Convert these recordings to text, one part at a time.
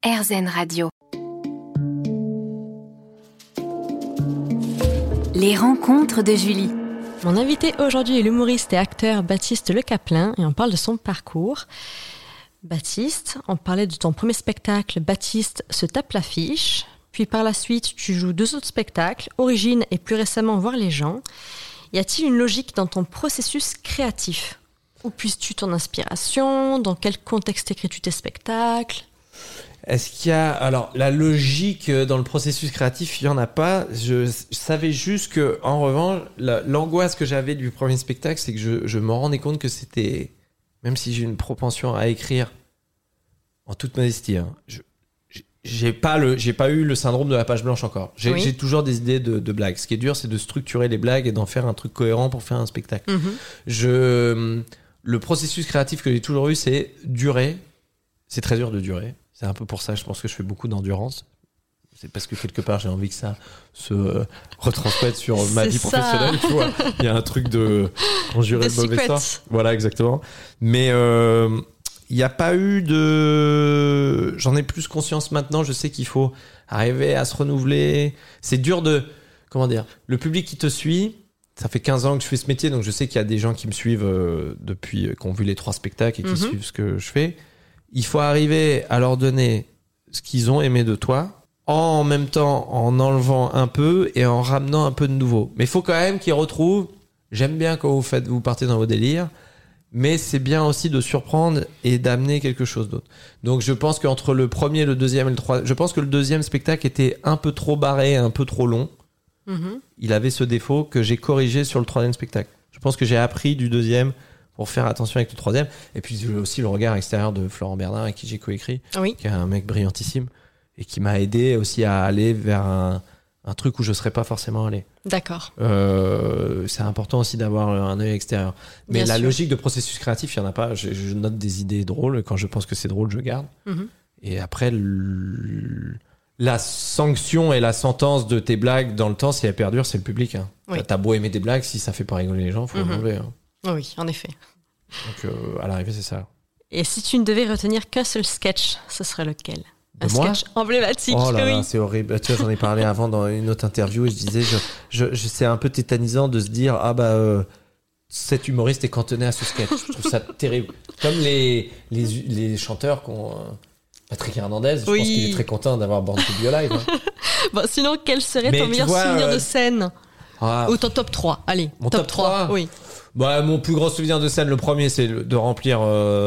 RZN Radio. Les rencontres de Julie. Mon invité aujourd'hui est l'humoriste et acteur Baptiste Le Caplin et on parle de son parcours. Baptiste, on parlait de ton premier spectacle, Baptiste se tape l'affiche. Puis par la suite, tu joues 2 autres spectacles, Origine et plus récemment Voir les gens. Y a-t-il une logique dans ton processus créatif ? Où puisses-tu ton inspiration ? Dans quel contexte écris-tu tes spectacles ? Est-ce qu'il y a... Alors, la logique dans le processus créatif, il n'y en a pas. Je savais juste que, en revanche, l'angoisse que j'avais du premier spectacle, c'est que je me rendais compte que c'était... Même si j'ai une propension à écrire, en toute modestie, hein, j'ai pas eu le syndrome de la page blanche encore. J'ai toujours des idées de blagues. Ce qui est dur, c'est de structurer les blagues et d'en faire un truc cohérent pour faire un spectacle. Le processus créatif que j'ai toujours eu, c'est durer. C'est très dur de durer. C'est un peu pour ça, je pense que je fais beaucoup d'endurance. C'est parce que quelque part, j'ai envie que ça se retransmette sur ma vie professionnelle. Tu vois, il y a un truc de conjurer le mauvais sort. Voilà, exactement. Mais il n'y a pas eu de... J'en ai plus conscience maintenant. Je sais qu'il faut arriver à se renouveler. C'est dur de... Comment dire ? Le public qui te suit, ça fait 15 ans que je fais ce métier, donc je sais qu'il y a des gens qui me suivent depuis, qui ont vu les 3 spectacles et qui suivent ce que je fais. Il faut arriver à leur donner ce qu'ils ont aimé de toi, en même temps en enlevant un peu et en ramenant un peu de nouveau. Mais il faut quand même qu'ils retrouvent... J'aime bien quand vous partez dans vos délires, mais c'est bien aussi de surprendre et d'amener quelque chose d'autre. Donc je pense qu'entre le premier, le deuxième et le troisième... Je pense que le deuxième spectacle était un peu trop barré, un peu trop long. Il avait ce défaut que j'ai corrigé sur le 3e spectacle. Je pense que j'ai appris du 2e pour faire attention avec le 3e. Et puis j'ai aussi le regard extérieur de Florent Bernard avec qui j'ai coécrit, qui est un mec brillantissime et qui m'a aidé aussi à aller vers un truc où je serais pas forcément allé. D'accord. C'est important aussi d'avoir un œil extérieur. Mais bien la sûr. Logique de processus créatif, il n'y en a pas. Je note des idées drôles. Quand je pense que c'est drôle, je garde. Et après, la sanction et la sentence de tes blagues dans le temps, si elles perdurent, c'est le public. Hein. T'as beau aimer tes blagues, si ça fait pas rigoler les gens, faut l'enlever. Hein. Oui, en effet. Donc, à l'arrivée, c'est ça. Et si tu ne devais retenir qu'un seul sketch, ce serait lequel ? De un moi sketch emblématique. Oh là là, c'est horrible. Tu vois, j'en ai parlé avant dans une autre interview et je disais, c'est un peu tétanisant de se dire, cet humoriste est cantonné à ce sketch. Je trouve ça terrible. Comme les chanteurs qu'on... Patrick Hernandez, je pense qu'il est très content d'avoir Born to Be Alive. Hein. Bon, sinon, quel serait ton meilleur souvenir de scène ? Ou ton top 3 ? Allez, mon top 3 oui. Mon plus gros souvenir de scène, le premier, c'est de remplir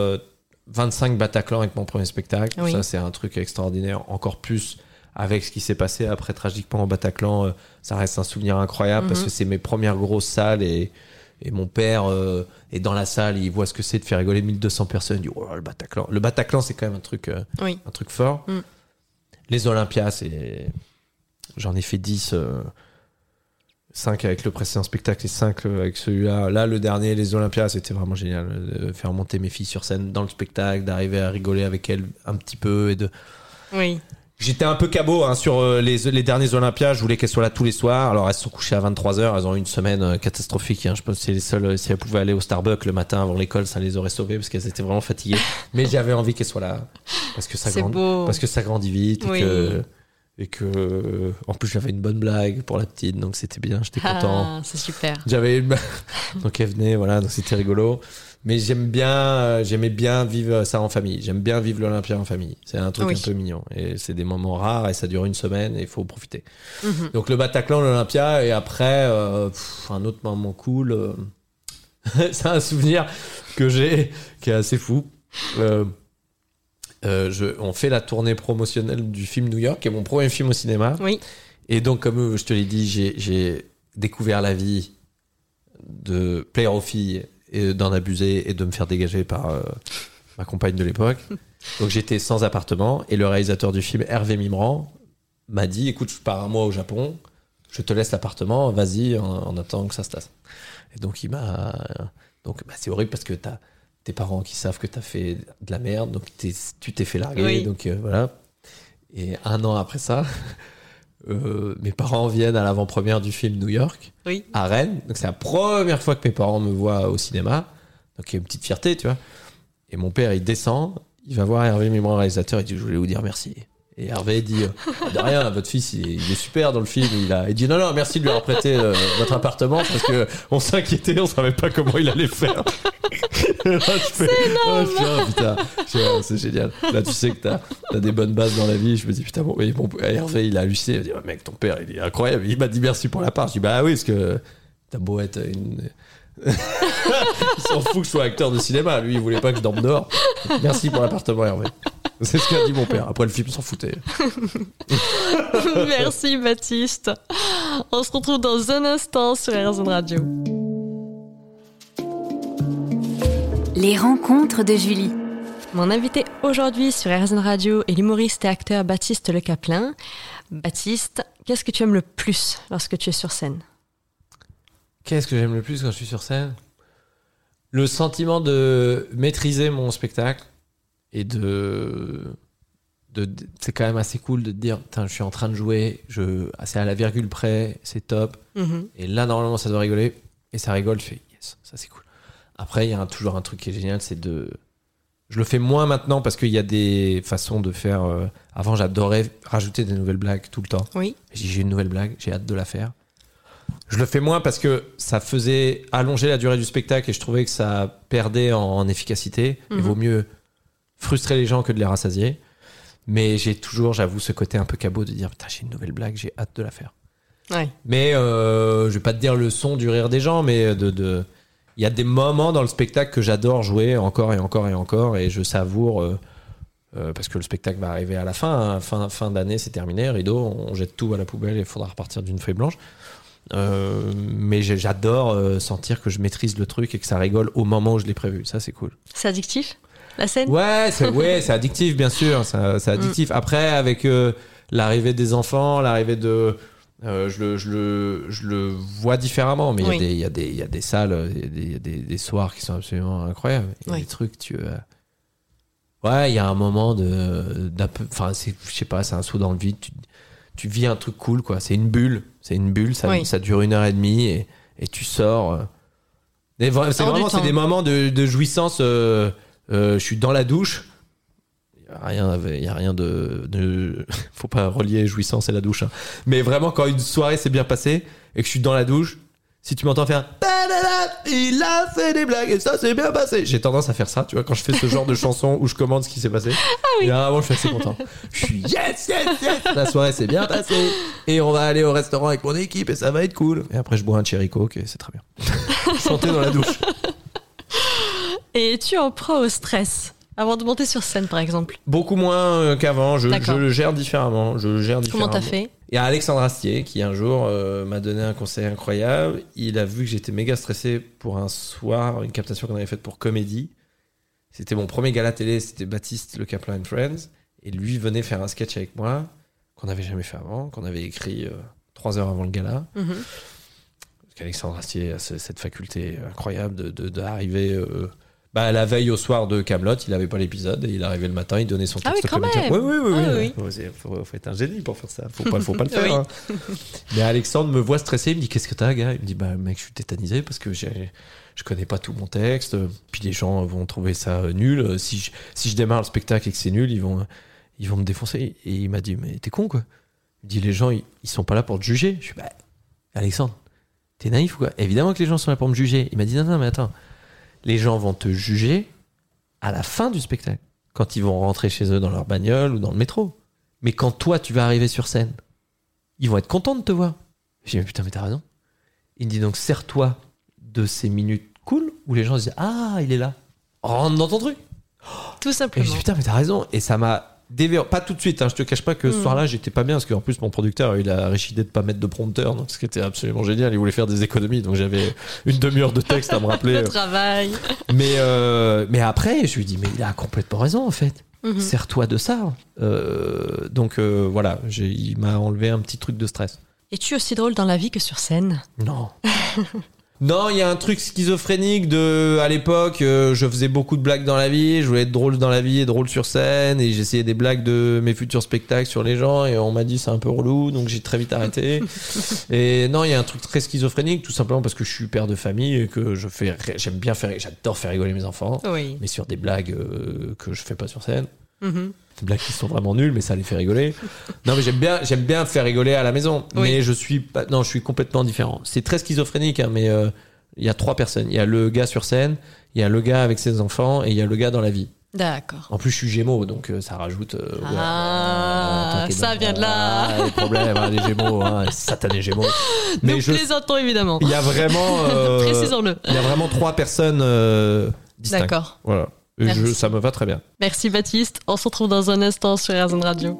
25 Bataclan avec mon premier spectacle. Ça, c'est un truc extraordinaire. Encore plus avec ce qui s'est passé après tragiquement au Bataclan. Ça reste un souvenir incroyable parce que c'est mes premières grosses salles et mon père est dans la salle, il voit ce que c'est de faire rigoler 1200 personnes. Il dit, oh là, le Bataclan. Le Bataclan, c'est quand même un truc fort. Les Olympias, j'en ai fait 10... 5 avec le précédent spectacle et 5 avec celui-là. Là, le dernier, les Olympias, c'était vraiment génial. De faire monter mes filles sur scène dans le spectacle, d'arriver à rigoler avec elles un petit peu. J'étais un peu cabot sur les derniers Olympias. Je voulais qu'elles soient là tous les soirs. Alors, elles se sont couchées à 23h. Elles ont eu une semaine catastrophique. Je pense que c'est les seules. Si elles pouvaient aller au Starbucks le matin avant l'école, ça les aurait sauvées parce qu'elles étaient vraiment fatiguées. Mais j'avais envie qu'elles soient là. Parce que ça grandit vite. Et que en plus j'avais une bonne blague pour la petite, donc c'était bien, j'étais content. C'est super. Donc elle venait, voilà, donc c'était rigolo. Mais j'aimais bien vivre ça en famille. J'aime bien vivre l'Olympia en famille. C'est un truc un peu mignon. Et c'est des moments rares et ça dure une semaine et il faut profiter. Donc le Bataclan, l'Olympia et après un autre moment cool. C'est un souvenir que j'ai qui est assez fou. On fait la tournée promotionnelle du film New York, qui est mon premier film au cinéma. Et donc, comme je te l'ai dit, j'ai découvert la vie de plaire aux filles et d'en abuser et de me faire dégager par ma compagne de l'époque. Donc, j'étais sans appartement et le réalisateur du film, Hervé Mimran, m'a dit, écoute, je pars un mois au Japon, je te laisse l'appartement, vas-y en attendant que ça se tasse. Et donc, c'est horrible parce que t'as tes parents qui savent que t'as fait de la merde, donc tu t'es fait larguer, donc voilà. Et 1 an après ça, mes parents viennent à l'avant-première du film New York, à Rennes. Donc c'est la première fois que mes parents me voient au cinéma, donc il y a une petite fierté, tu vois. Et mon père, il descend, il va voir Hervé Mimran, réalisateur, il dit je voulais vous dire merci. Et Hervé dit de rien, votre fils il est super dans le film. Il dit non merci de lui avoir prêté votre appartement parce que on s'inquiétait, on savait pas comment il allait faire. Là, c'est énorme. Putain, c'est génial. Là tu sais que t'as des bonnes bases dans la vie. Je me dis putain bon Hervé il a halluciné. Il dit mec ton père il est incroyable. Il m'a dit merci pour la part. Je dis bah oui parce que t'as beau être une il s'en fout que je sois acteur de cinéma. Lui il voulait pas que je dorme dehors. Merci pour l'appartement Hervé. C'est ce qu'a dit mon père. Après le film, il s'en foutait. Merci Baptiste. On se retrouve dans un instant sur RZN Radio. Les rencontres de Julie. Mon invité aujourd'hui sur RZN Radio est l'humoriste et acteur Baptiste Le Caplin. Baptiste, qu'est-ce que tu aimes le plus lorsque tu es sur scène ? Qu'est-ce que j'aime le plus quand je suis sur scène ? Le sentiment de maîtriser mon spectacle. Et c'est quand même assez cool de te dire je suis en train de jouer, c'est à la virgule près, c'est top. Et là normalement ça doit rigoler et ça rigole, je fais yes, ça c'est cool. Après il y a toujours un truc qui est génial, je le fais moins maintenant parce qu'il y a des façons de faire. Avant j'adorais rajouter des nouvelles blagues tout le temps. Oui. J'ai une nouvelle blague, j'ai hâte de la faire. Je le fais moins parce que ça faisait allonger la durée du spectacle et je trouvais que ça perdait en efficacité. Il vaut mieux frustrer les gens que de les rassasier. Mais j'ai toujours, j'avoue, ce côté un peu cabot de dire putain, j'ai une nouvelle blague, j'ai hâte de la faire. Ouais. Mais je vais pas te dire le son du rire des gens, mais il y a des moments dans le spectacle que j'adore jouer encore et encore et encore, et je savoure parce que le spectacle va arriver à la fin, hein, fin d'année, c'est terminé, rideau, on jette tout à la poubelle et il faudra repartir d'une feuille blanche. Mais j'adore sentir que je maîtrise le truc et que ça rigole au moment où je l'ai prévu. Ça, c'est cool. C'est addictif, la scène ? Ouais, c'est addictif, bien sûr. C'est addictif. Après, avec l'arrivée des enfants, l'arrivée de... je le vois différemment, mais il y a des salles, il y a des soirs qui sont absolument incroyables. Il y a des trucs, ouais, il y a un moment d'un peu... Enfin, je sais pas, c'est un saut dans le vide. Tu vis un truc cool, quoi. C'est une bulle, ça dure 1h30 et tu sors. C'est des moments de jouissance. Je suis dans la douche. Il y a rien de faut pas relier jouissance et la douche, hein. Mais vraiment, quand une soirée s'est bien passée et que je suis dans la douche, si tu m'entends faire il a fait des blagues et ça s'est bien passé, j'ai tendance à faire ça, tu vois, quand je fais ce genre de chanson où je commande ce qui s'est passé. Et vraiment, je suis assez content. Je suis yes, la soirée s'est bien passée et on va aller au restaurant avec mon équipe et ça va être cool. Et après, je bois un cherry coke et c'est très bien. Chanter dans la douche. Et es-tu en proie au stress avant de monter sur scène, par exemple ? Beaucoup moins qu'avant. Je le gère différemment. Comment t'as fait ? Il y a Alexandre Astier qui un jour m'a donné un conseil incroyable. Il a vu que j'étais méga stressé pour un soir, une captation qu'on avait faite pour Comédie. C'était mon premier gala télé, c'était Baptiste Le Caplin and Friends. Et lui venait faire un sketch avec moi qu'on n'avait jamais fait avant, qu'on avait écrit 3 heures avant le gala. Parce qu'Alexandre Astier a cette faculté incroyable d'arriver... la veille au soir de Kaamelott, il n'avait pas l'épisode et il arrivait le matin, il donnait son texte au comédien. Oui. Faut être un génie pour faire ça. Faut pas le faire. Hein. Mais Alexandre me voit stressé, il me dit qu'est-ce que t'as, gars ? Il me dit mec, je suis tétanisé parce que je connais pas tout mon texte. Puis les gens vont trouver ça nul. Si je démarre le spectacle et que c'est nul, ils vont me défoncer. Et il m'a dit mais t'es con quoi ? Il me dit les gens ils sont pas là pour te juger. Je suis Alexandre, t'es naïf ou quoi ? Évidemment que les gens sont là pour me juger. Il m'a dit non mais attends. Les gens vont te juger à la fin du spectacle, quand ils vont rentrer chez eux dans leur bagnole ou dans le métro. Mais quand toi, tu vas arriver sur scène, ils vont être contents de te voir. J'ai dit, putain, mais t'as raison. Il me dit, donc, sers-toi de ces minutes cool où les gens se disent, ah, il est là. Rentre dans ton truc. Tout simplement. Et je dis, putain, mais t'as raison. Et ça m'a déverrouillé. Pas tout de suite, hein. Je te cache pas que ce soir-là, j'étais pas bien, parce qu'en plus, mon producteur, il a réchidé de pas mettre de prompteur, donc ce qui était absolument génial. Il voulait faire des économies, donc j'avais une demi-heure de texte à me rappeler. Le travail. Mais après, je lui dis, mais il a complètement raison, en fait. Sers-toi de ça. Donc voilà, il m'a enlevé un petit truc de stress. Es-tu aussi drôle dans la vie que sur scène ? Non. Non, il y a un truc schizophrénique de, à l'époque, je faisais beaucoup de blagues dans la vie, je voulais être drôle dans la vie et drôle sur scène, et j'essayais des blagues de mes futurs spectacles sur les gens, et on m'a dit c'est un peu relou, donc j'ai très vite arrêté. Et non, il y a un truc très schizophrénique, tout simplement parce que je suis père de famille et que j'adore faire rigoler mes enfants, Oui. mais sur des blagues que je fais pas sur scène. Des blagues qui sont vraiment nulles, mais ça les fait rigoler. Non, mais j'aime bien faire rigoler à la maison. Oui. Mais je suis complètement différent. C'est très schizophrénique, hein, mais il y a 3 personnes. Il y a le gars sur scène, il y a le gars avec ses enfants, et il y a le gars dans la vie. D'accord. En plus, je suis Gémeaux, donc ça rajoute. Ça vient de là. Les problèmes, hein, les Gémeaux, satanés Gémeaux. Nous plaisantons évidemment. Il y a vraiment. Précisons-le. Il y a vraiment 3 personnes distinctes. D'accord. Voilà. Ça me va très bien. Merci Baptiste. On se retrouve dans un instant sur RZN Radio.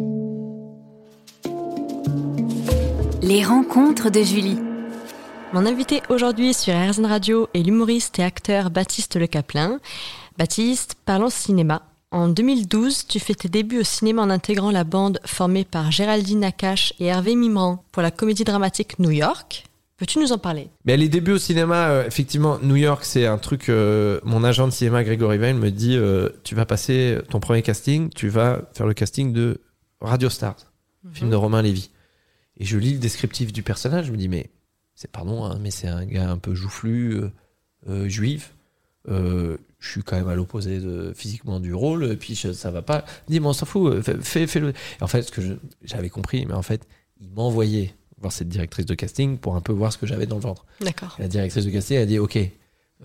Les rencontres de Julie. Mon invité aujourd'hui sur RZN Radio est l'humoriste et acteur Baptiste Le Caplin. Baptiste, parlons cinéma. En 2012, tu fais tes débuts au cinéma en intégrant la bande formée par Géraldine Nakache et Hervé Mimran pour la comédie dramatique New York. Peux-tu nous en parler ? Mais les débuts au cinéma, effectivement, New York, c'est un truc. Mon agent de cinéma, Grégory Veil, me dit tu vas passer ton premier casting, tu vas faire le casting de Radio Stars, film de Romain Lévy. Et je lis le descriptif du personnage, je me dis mais mais c'est un gars un peu joufflu, juif. Je suis quand même à l'opposé physiquement du rôle, et puis ça va pas. Il me dit mais on s'en fout, fais-le. Et en fait, ce que j'avais compris, mais en fait, il m'envoyait voir cette directrice de casting pour un peu voir ce que j'avais dans le ventre. D'accord. La directrice de casting a dit ok, il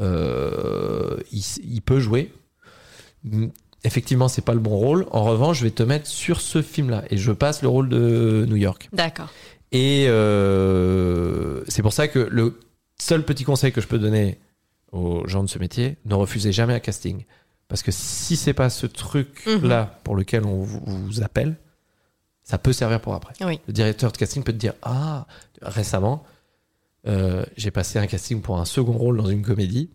peut jouer. Effectivement, c'est pas le bon rôle. En revanche, je vais te mettre sur ce film-là et je passe le rôle de New York. D'accord. Et c'est pour ça que le seul petit conseil que je peux donner aux gens de ce métier, ne refusez jamais un casting, parce que si c'est pas ce truc-là pour lequel on vous appelle, ça peut servir pour après. Oui. Le directeur de casting peut te dire récemment, j'ai passé un casting pour un second rôle dans une comédie.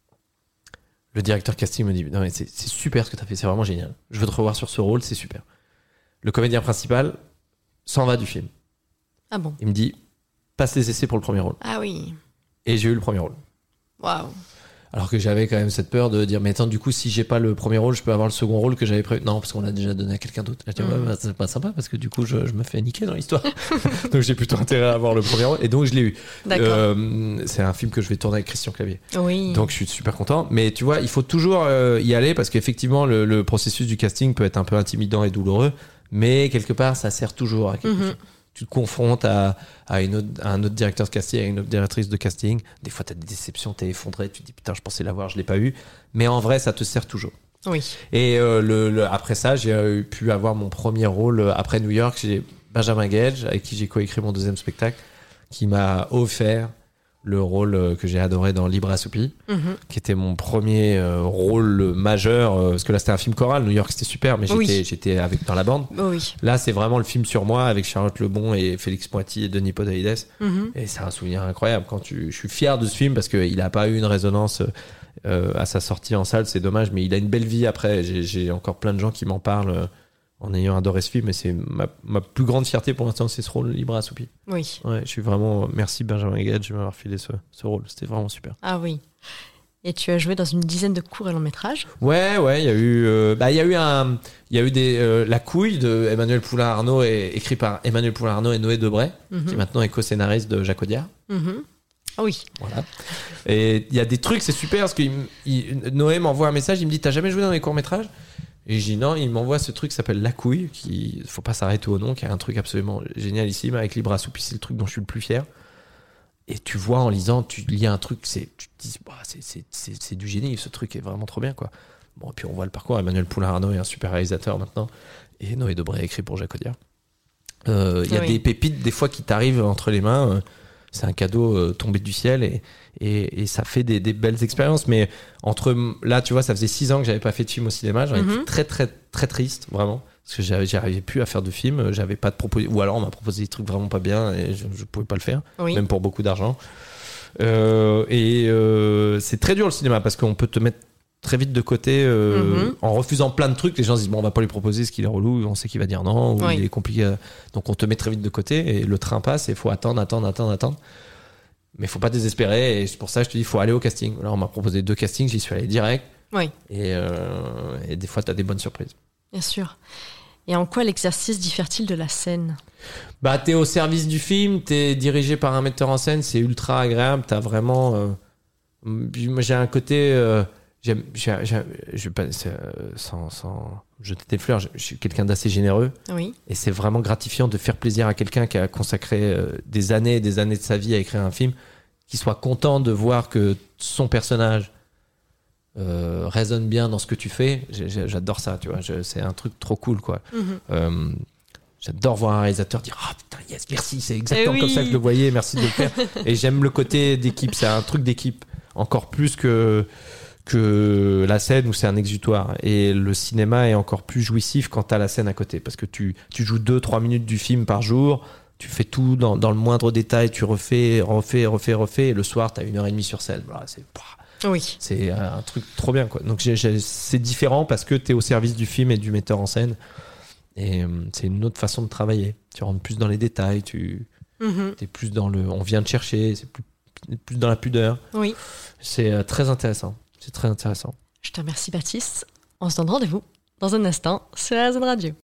Le directeur de casting me dit non mais c'est super ce que tu as fait, c'est vraiment génial. Je veux te revoir sur ce rôle, c'est super. Le comédien principal s'en va du film. Ah bon. Il me dit passe les essais pour le premier rôle. Ah oui. Et j'ai eu le premier rôle. Waouh. Alors que j'avais quand même cette peur de dire mais attends, du coup si j'ai pas le premier rôle, je peux avoir le second rôle que j'avais prévu. Non, parce qu'on l'a déjà donné à quelqu'un d'autre. Je dis c'est pas sympa parce que du coup je me fais niquer dans l'histoire. Donc j'ai plutôt intérêt à avoir le premier rôle, et donc je l'ai eu. D'accord. C'est un film que je vais tourner avec Christian Clavier. Oui. Donc je suis super content, mais tu vois, il faut toujours y aller, parce qu'effectivement le processus du casting peut être un peu intimidant et douloureux, mais quelque part ça sert toujours à quelque chose. Tu te confrontes à un autre directeur de casting, à une autre directrice de casting. Des fois, tu as des déceptions, tu es effondré, tu te dis putain, je pensais l'avoir, je l'ai pas eu. Mais en vrai, ça te sert toujours. Oui. Et après ça, j'ai pu avoir mon premier rôle après New York. J'ai Benjamin Gage, avec qui j'ai coécrit mon deuxième spectacle, qui m'a offert le rôle que j'ai adoré dans Libre Assoupi, qui était mon premier rôle majeur, parce que là c'était un film choral. New York c'était super, mais j'étais dans la bande. Oui. Là c'est vraiment le film sur moi, avec Charlotte Lebon et Félix Poiti et Denis Podalides. Et c'est un souvenir incroyable. Je suis fier de ce film, parce qu'il n'a pas eu une résonance à sa sortie en salle, c'est dommage, mais il a une belle vie après. J'ai encore plein de gens qui m'en parlent en ayant adoré ce film, et c'est ma plus grande fierté pour l'instant, c'est ce rôle Libre Assoupi. Oui. Ouais, je suis vraiment... Merci Benjamin Gage de m'avoir filé ce rôle, c'était vraiment super. Ah oui. Et tu as joué dans une dizaine de courts et longs métrages. Ouais, il y a eu La Couille de Emmanuel Poulain-Arnaud, écrit par Emmanuel Poulain-Arnaud et Noé Debray, qui maintenant est co-scénariste de Jacques Audiard. Ah oui. Voilà. Et il y a des trucs, c'est super, parce que Noé m'envoie un message, il me dit t'as jamais joué dans les courts-métrages ? Et je dis non, il m'envoie ce truc qui s'appelle La Couille, qui, faut pas s'arrêter au nom, qui est un truc absolument génialissime, avec Libre Assoupi, c'est le truc dont je suis le plus fier. Et tu vois, en lisant, tu lis un truc, tu te dis, c'est du génie, ce truc est vraiment trop bien, quoi. Bon, et puis on voit le parcours. Emmanuel Poulain-Arnaud est un super réalisateur maintenant, et Noé Debray écrit pour Jacques Audiard. Il y a des pépites, des fois, qui t'arrivent entre les mains. C'est un cadeau tombé du ciel, et ça fait des belles expériences. Mais là, tu vois, ça faisait 6 ans que j'avais pas fait de film au cinéma. J'en étais très, très, très triste, vraiment. Parce que j'arrivais plus à faire de film. J'avais pas de proposition. Ou alors, on m'a proposé des trucs vraiment pas bien, et je pouvais pas le faire. Oui. Même pour beaucoup d'argent. C'est très dur le cinéma, parce qu'on peut te mettre très vite de côté en refusant plein de trucs. Les gens se disent bon, on va pas lui proposer ce qu'il est relou, on sait qu'il va dire non, ou il est compliqué, donc on te met très vite de côté, et le train passe et il faut attendre. Mais il faut pas désespérer. Et c'est pour ça que je te dis, il faut aller au casting. Là, on m'a proposé 2 castings, j'y suis allé direct. Oui. Et des fois, tu as des bonnes surprises. Bien sûr. Et en quoi l'exercice diffère-t-il de la scène ? Bah, t'es au service du film, t'es dirigé par un metteur en scène, c'est ultra agréable. T'as vraiment. Moi, j'ai un côté. Je vais pas, sans jeter des fleurs, je suis quelqu'un d'assez généreux. Oui. Et c'est vraiment gratifiant de faire plaisir à quelqu'un qui a consacré des années et des années de sa vie à écrire un film, qui soit content de voir que son personnage résonne bien dans ce que tu fais. J'adore ça, tu vois. C'est un truc trop cool, quoi. J'adore voir un réalisateur dire « Ah putain, yes, merci, c'est exactement comme ça que je le voyais, merci de le faire. » Et j'aime le côté d'équipe, c'est un truc d'équipe, encore plus que la scène où c'est un exutoire. Et le cinéma est encore plus jouissif quand t'as la scène à côté, parce que tu joues 2-3 minutes du film par jour, tu fais tout dans le moindre détail, tu refais, et le soir t'as 1h30 sur scène. Voilà, c'est un truc trop bien, quoi. Donc c'est différent parce que t'es au service du film et du metteur en scène. Et c'est une autre façon de travailler. Tu rentres plus dans les détails, t'es plus dans le... On vient te chercher, c'est plus dans la pudeur. Oui. C'est très intéressant. C'est très intéressant. Je te remercie, Baptiste. On se donne rendez-vous dans un instant sur RZN Radio.